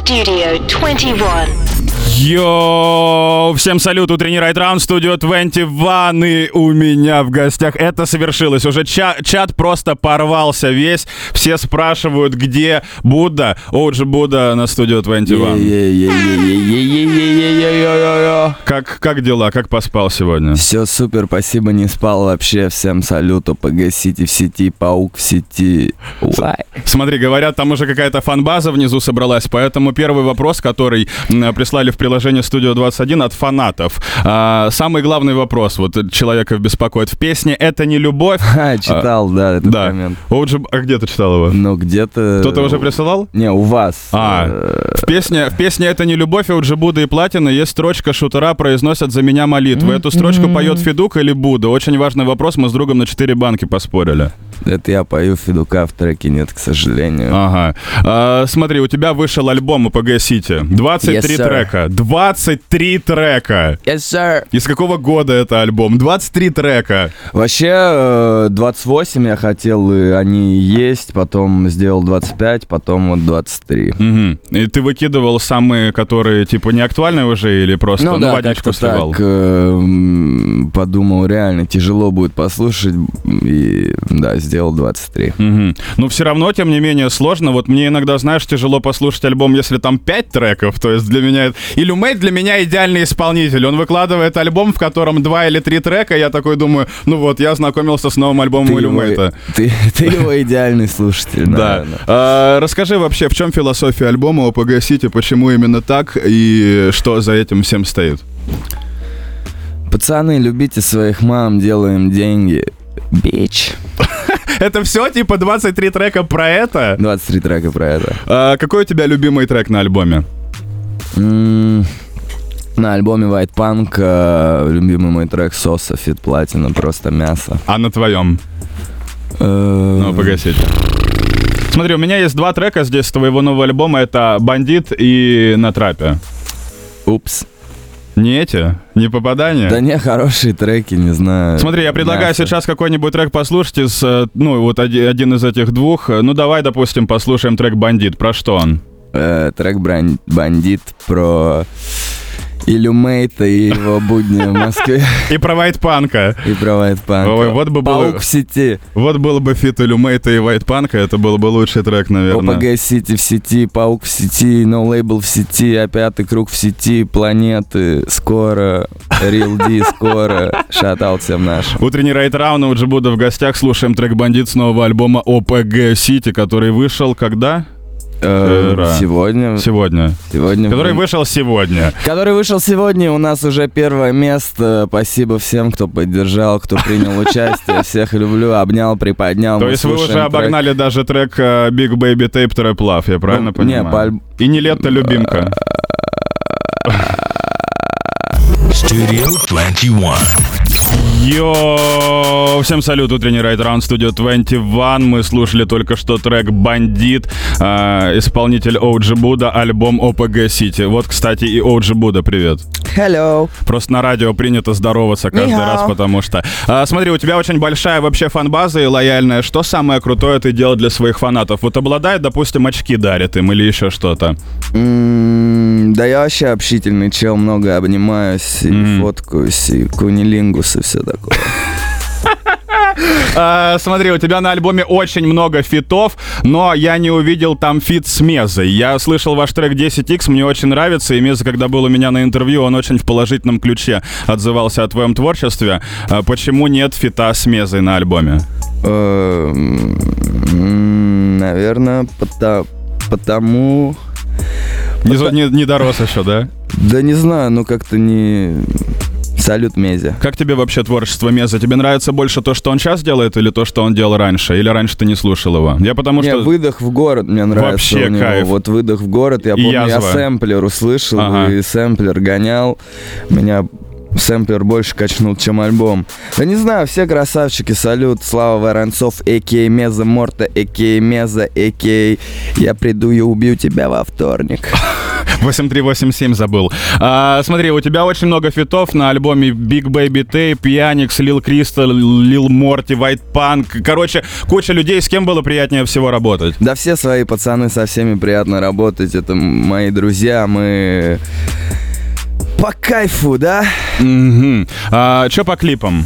Studio 21. Йоу, всем салют, утренний райд-раунд, Studio 21, и у меня в гостях это совершилось. Уже чат просто порвался весь, все спрашивают, где Будда. OG Будда на Studio 21. Как дела, как поспал сегодня? Все супер, спасибо, не спал вообще. Всем салют, ОПГ Сити в сети, Паук в сети. Смотри, говорят, там уже какая-то фан-база внизу собралась, поэтому первый вопрос, который прислали в приложение Studio 21 от фанатов. Самый главный вопрос, вот человека беспокоит. В песне «Это не любовь». Читал, да, этот момент. OG, а где ты читал его? Ну, где-то... Кто-то уже присылал? Не, у вас. В песне «Это не любовь» OG Будда и Платина есть строчка «Шутера произносят за меня молитвы». Эту строчку поет Федук или Будда? Очень важный вопрос, мы с другом на 4 банки поспорили. Это я пою, Федука в треке нет, к сожалению. Ага. Смотри, у тебя вышел альбом ОПГ Сити. 23 трека. 23 трека. Yes, sir. Из какого года это альбом? 23 трека. Вообще, 28 я хотел, и они есть. Потом сделал 25, потом вот 23. Угу. И ты выкидывал самые, которые, типа, не актуальные уже, или просто водичку сливал? Так, подумал, реально тяжело будет послушать, и, да, сделал 23. Угу. Но все равно, тем не менее, сложно. Вот мне иногда, знаешь, тяжело послушать альбом, если там 5 треков, то есть для меня... Illumate для меня идеальный исполнитель. Он выкладывает альбом, в котором 2 или 3 трека, я такой думаю, ну вот, я знакомился с новым альбомом Illumate. Ты его идеальный слушатель, наверное. Да. Расскажи вообще, в чем философия альбома OPG City, почему именно так и что за этим всем стоит? Пацаны, любите своих мам, делаем деньги. Бич. Это все, типа, 23 трека про это? 23 трека про это. Какой у тебя любимый трек на альбоме? На альбоме White Punk любимый мой трек Соса, Фит Платина, просто мясо. А на твоем? Ну, погасить. Смотри, у меня есть 2 трека здесь с твоего нового альбома. Это «Бандит» и «На трапе». Упс. Не эти? Не попадания? Да не, хорошие треки, не знаю. Смотри, я предлагаю сейчас какой-нибудь трек послушать из, ну, вот один из этих двух. Ну, давай, допустим, послушаем трек «Бандит». Про что он? Трек «Бандит» про Illumate и его будни в Москве. И про White Punk'а. И про White Punk'а. Ой, вот бы Паук в сети. Вот был бы фит Illumate и White Punk'а, это был бы лучший трек, наверное. OPG City в сети, Паук в сети, No Label в сети, опятый круг в сети, планеты скоро, Real D скоро. Шатаут всем нашим. Утренний райд-раунд, OG Будда в гостях, слушаем трек «Бандит» с нового альбома OPG City, который вышел когда? Сегодня. Который вышел сегодня. Который вышел сегодня. У нас уже 1 место. Спасибо всем, кто поддержал, кто принял участие. Всех люблю, обнял, приподнял. То есть вы уже обогнали даже трек Big Baby Tape Trap Love, я правильно понимаю? И не лето любимка. Studio 21. Йоу, всем салют, утренний райд-раунд Studio 21. Мы слушали только что трек «Бандит», исполнитель OG Будда, альбом OPG City. Вот, кстати, и OG Будда, привет. Hello. Просто на радио принято здороваться каждый раз, потому что... смотри, у тебя очень большая вообще фан-база и лояльная. Что самое крутое ты делал для своих фанатов? Вот обладает, допустим, очки дарит им или еще что-то? Да я вообще общительный чел, много обнимаюсь и фоткаюсь, и кунилингус и все такое. Смотри, у тебя на альбоме очень много фитов, но я не увидел там фит с Мезой. Я слышал ваш трек 10X, мне очень нравится, и Меза, когда был у меня на интервью, он очень в положительном ключе отзывался о твоем творчестве. Почему нет фита с Мезой на альбоме? Наверное, потому... Не дорос еще, да? Да не знаю, ну как-то не... Салют, Мезе. Как тебе вообще творчество Меза? Тебе нравится больше то, что он сейчас делает, или то, что он делал раньше? Или раньше ты не слушал его? Я потому что... «Выдох в город» мне нравится. Вообще у него. кайф. Вот «Выдох в город», я помню, я сэмплер услышал, и сэмплер гонял. Меня сэмплер больше качнул, чем альбом. Да не знаю, все красавчики, салют. Слава Воронцов, а.к.а. Меза Морта, а.к.а. Меза, а.к.а. Я приду и убью тебя во вторник. 8387 забыл. Смотри, у тебя очень много фитов на альбоме Big Baby Tape, Yanix, Lil Crystal, Lil Morty, White Punk. Короче, куча людей. С кем было приятнее всего работать? Да все свои пацаны, со всеми приятно работать. Это мои друзья, мы по кайфу, да? Чё по клипам?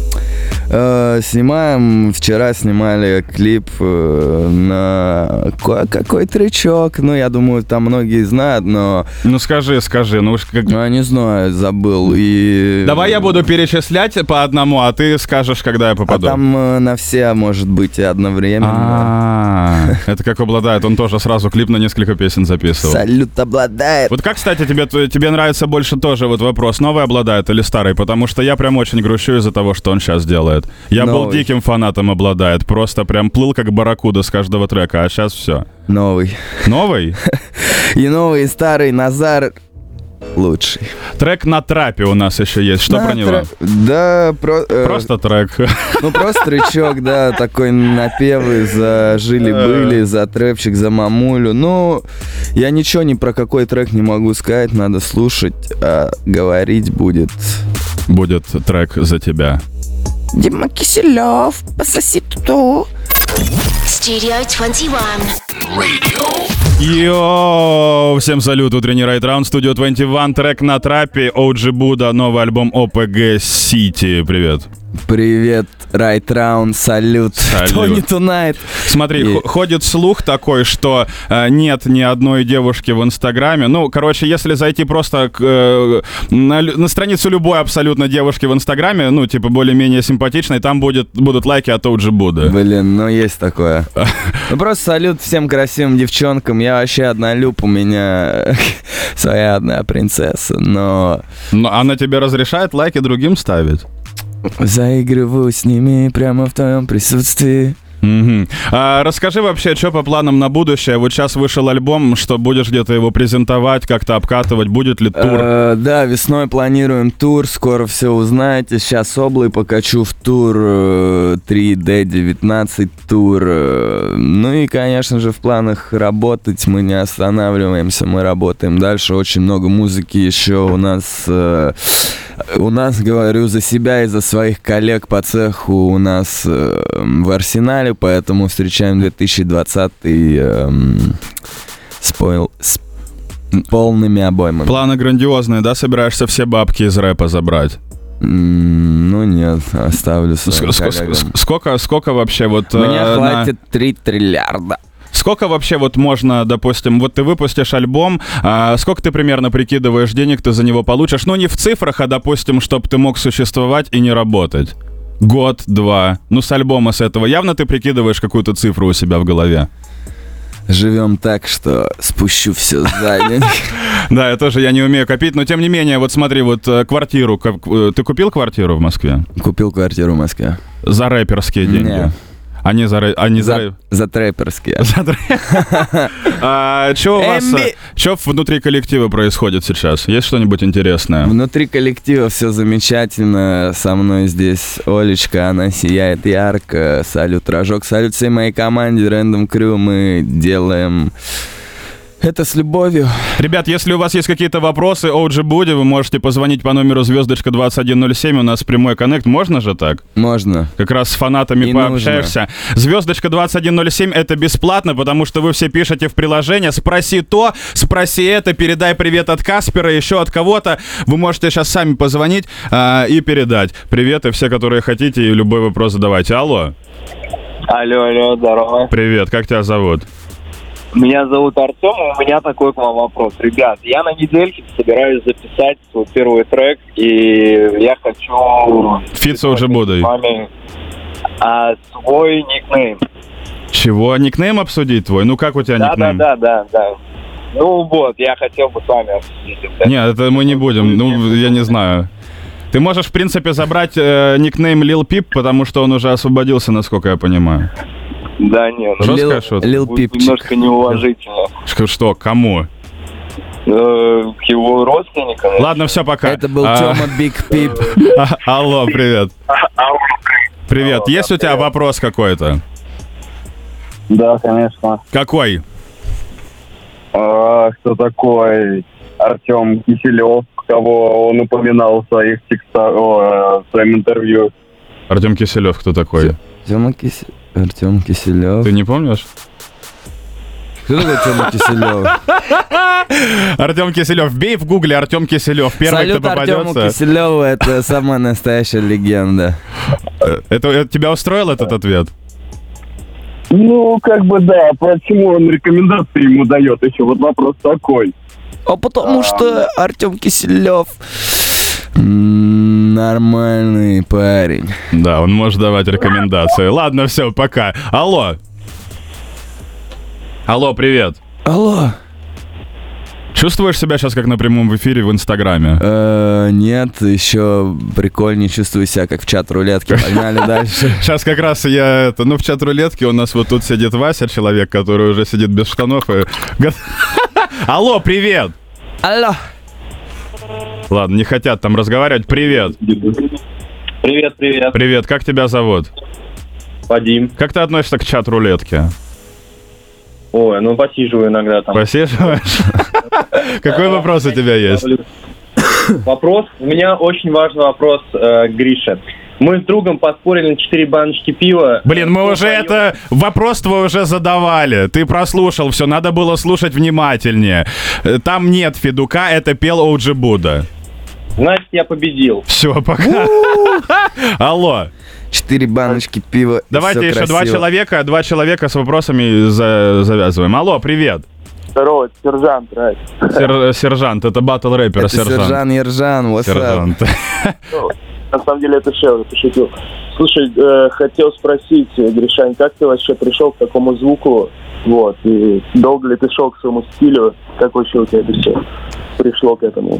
Вчера снимали клип на какой тречок. Ну, я думаю, там многие знают, но... Ну, скажи, ну уж как... Ну, я не знаю, забыл. И... Давай я буду перечислять по одному, а ты скажешь, когда я попаду. А там на все, может быть, и одновременно. Это как обладает, он тоже сразу клип на несколько песен записывал. Салют обладает. Вот как, кстати, тебе нравится больше тоже вот вопрос, новый обладает или старый? Потому что я прям очень грущу из-за того, что он сейчас делает. Я был диким фанатом обладает, просто прям плыл как барракуда с каждого трека, а сейчас все. Новый. Новый? И новый, и старый, Назар лучший. Трек на трапе у нас еще есть, что про него? Да, просто трек. Ну, просто тречок, да, такой напевы за жили-были, за трэпчик, за мамулю. Ну, я ничего ни про какой трек не могу сказать, надо слушать, а говорить будет... Будет трек за тебя. Дима Киселев, пососи ту. Studio 21. Йоу! Всем салют, утренний райт-раунд, Studio 21, трек на трапе, OG Buddha, новый альбом OPG City. Привет. Привет, райт-раунд, салют. Тони Тунайт. Смотри, ходит слух такой, что нет ни одной девушки в Инстаграме. Ну, короче, если зайти просто на страницу любой абсолютно девушки в Инстаграме, ну, типа, более-менее симпатичной, там будут лайки от OG Buddha. Блин, ну есть такое. Ну, просто салют всем красивым девчонкам. Я вообще однолюб, у меня своя одна принцесса, но... Но она тебе разрешает лайки другим ставить? Заигрываю с ними прямо в твоем присутствии. Расскажи вообще, что по планам на будущее? Вот сейчас вышел альбом, что будешь где-то его презентовать, как-то обкатывать, будет ли тур? Да, весной планируем тур, скоро все узнаете. Сейчас Облы покачу в тур, 3D19 тур. Ну и, конечно же, в планах работать, мы не останавливаемся, мы работаем дальше. Очень много музыки еще у нас, говорю за себя и за своих коллег по цеху, у нас в арсенале. Поэтому встречаем 2020 с полными обоймами. Планы грандиозные, да? Собираешься все бабки из рэпа забрать? Ну нет, оставлю своим коллегам. Сколько вообще вот... Мне хватит 3 триллиарда. Сколько вообще вот можно, допустим, вот ты выпустишь альбом, сколько ты примерно прикидываешь денег ты за него получишь? Ну не в цифрах, а допустим, чтобы ты мог существовать и не работать. Год, два. Ну, с альбома с этого. Явно ты прикидываешь какую-то цифру у себя в голове? Живем так, что спущу все за день. Да, я не умею копить, но тем не менее, вот смотри, вот квартиру. Ты купил квартиру в Москве? Купил квартиру в Москве. За рэперские деньги? За трэперские. Что у вас, что внутри коллектива происходит сейчас? Есть что-нибудь интересное? Внутри коллектива все замечательно. Со мной здесь Олечка, она сияет ярко. Салют, Рожок. Салют всей моей команде Random Crew. Мы делаем... Это с любовью. Ребят, если у вас есть какие-то вопросы, OG Buddha, вы можете позвонить по номеру звездочка 2107, у нас прямой коннект, можно же так? Можно. Как раз с фанатами и пообщаешься. Звездочка 2107 это бесплатно, потому что вы все пишете в приложение, спроси то, спроси это, передай привет от Каспера, еще от кого-то. Вы можете сейчас сами позвонить и передать приветы все, которые хотите, и любой вопрос задавайте. Алло. Алло, здорово. Привет, как тебя зовут? Меня зовут Артем, и у меня такой к вам вопрос. Ребят, я на недельке собираюсь записать свой первый трек, и я хочу... Фит с OG Buddha. Свой никнейм. Чего? Никнейм обсудить твой? Ну как у тебя никнейм? Да. Ну вот, я хотел бы с вами обсудить это. Нет, это мы не будем, ну я не знаю. Ты можешь, в принципе, забрать никнейм Lil Peep, потому что он уже освободился, насколько я понимаю. Да, нет. Жесткая шутка. Lil Peep. Немножко неуважительно. Что, кому? К его родственникам. Ладно, все, пока. Это был Тёма Big Peep. Алло, привет. Привет, есть у тебя вопрос какой-то? Да, конечно. Какой? кто такой Артем Киселев, кого он упоминал в своих текстах, в своем интервью. Артем Киселев кто такой? Артем Киселев. Ты не помнишь? Кто такой Артем Киселев? Артем Киселев. Вбей в гугле Артем Киселев. Первый, Салют кто попадется. Артему Киселеву, это самая настоящая легенда. Это тебя устроил этот ответ? Ну, как бы да, почему он рекомендации ему дает еще? Вот вопрос такой. А потому что Артем Киселев нормальный парень. Да, он может давать рекомендации. Ладно, все, пока. Алло. Алло, привет. Алло. Чувствуешь себя сейчас как на прямом эфире в Инстаграме? Нет, еще прикольнее чувствую себя, как в чат-рулетке. Погнали дальше. Сейчас как раз я в чат-рулетке у нас вот тут сидит Вася, человек, который уже сидит без штанов. Алло, привет. Алло. Ладно, не хотят там разговаривать. Привет. Привет. Привет, как тебя зовут? Вадим. Как ты относишься к чат-рулетке? Ой, ну посиживаю иногда там. Посиживаешь? Какой вопрос у тебя есть? Вопрос. У меня очень важный вопрос, Гриша. Мы с другом поспорили на 4 баночки пива. Блин, мы уже это... Вопрос твой уже задавали. Ты прослушал все, надо было слушать внимательнее. Там нет Федука, это пел Оуджи Буда. Значит, я победил. Все, пока. Алло. 4 баночки пива. Давайте еще два человека с вопросами завязываем. Алло, привет. Здорово, сержант, Райт. Сержант, это батл рэпер, это сержант. Сержан Ержан, what's up? На самом деле это Шел, это шутил. Слушай, хотел спросить, Гришань, как ты вообще пришел к такому звуку? Вот, и долго ли ты шел к своему стилю? Как вообще у тебя это все пришло к этому?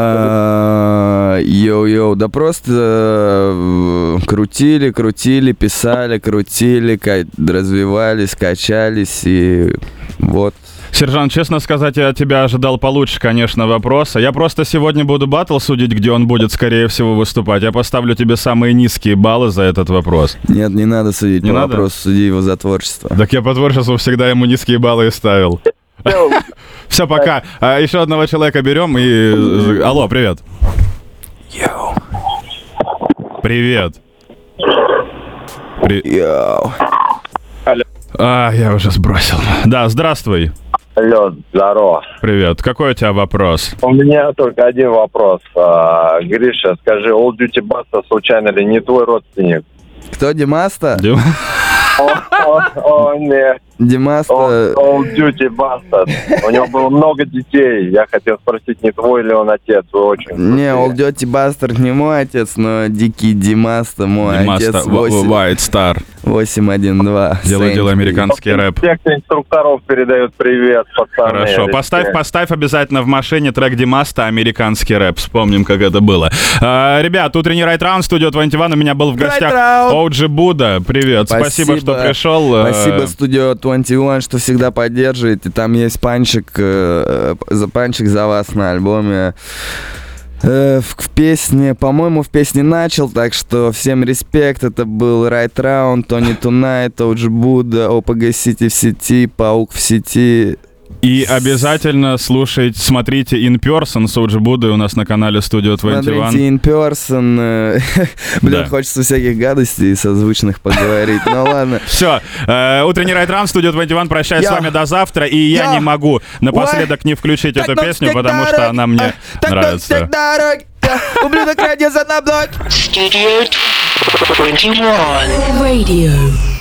Йоу-йоу, да просто крутили, писали, развивались, качались, и вот. Сержант, честно сказать, я от тебя ожидал получше, конечно, вопроса. Я просто сегодня буду баттл судить, где он будет, скорее всего, выступать. Я поставлю тебе самые низкие баллы за этот вопрос. Нет, не надо судить по вопросу, суди его за творчество. Так я по творчеству всегда ему низкие баллы и ставил. Все, пока. Еще одного человека берем и... Алло, привет. Йоу. Привет. Йоу. Алло. Я уже сбросил. Да, здравствуй. Алло, здорово. Привет. Какой у тебя вопрос? У меня только один вопрос. Гриша, скажи, All Duty Basta случайно ли не твой родственник? Кто, Димаста? О, нет. Димаста... All Duty Basta. У него было много детей. Я хотел спросить, не твой ли он отец? Вы очень... Не, All Duty Bastard не мой отец, но Дикий Димаста мой отец. White Star. 812. Делай американский рэп. Всех инструкторов передают привет, пацаны. Хорошо, поставь обязательно в машине трек Димаста «Американский рэп». Вспомним, как это было. Ребят, утренний Right Round, Studio 21. У меня был в гостях Оуджи Буда. Привет, спасибо, что пришел. Спасибо, Studio 21, что всегда поддерживает. И там есть панчик за вас на альбоме. В песне, по-моему, в песне начал, так что всем респект. Это был Right Round, Tony Tonight, Оуджи Буда, OPG City в сети, Паук в сети. И обязательно смотрите In Person с Оуджи Будой у нас на канале Studio 21. Смотрите In Person. Блин, хочется всяких гадостей созвучных поговорить. Ну ладно. Все. Утренний Right Round, Studio 21. Прощаюсь с вами до завтра. И я не могу напоследок не включить эту песню, потому что она мне нравится. Ублюдок радио за набнок. Studio 21 Radio.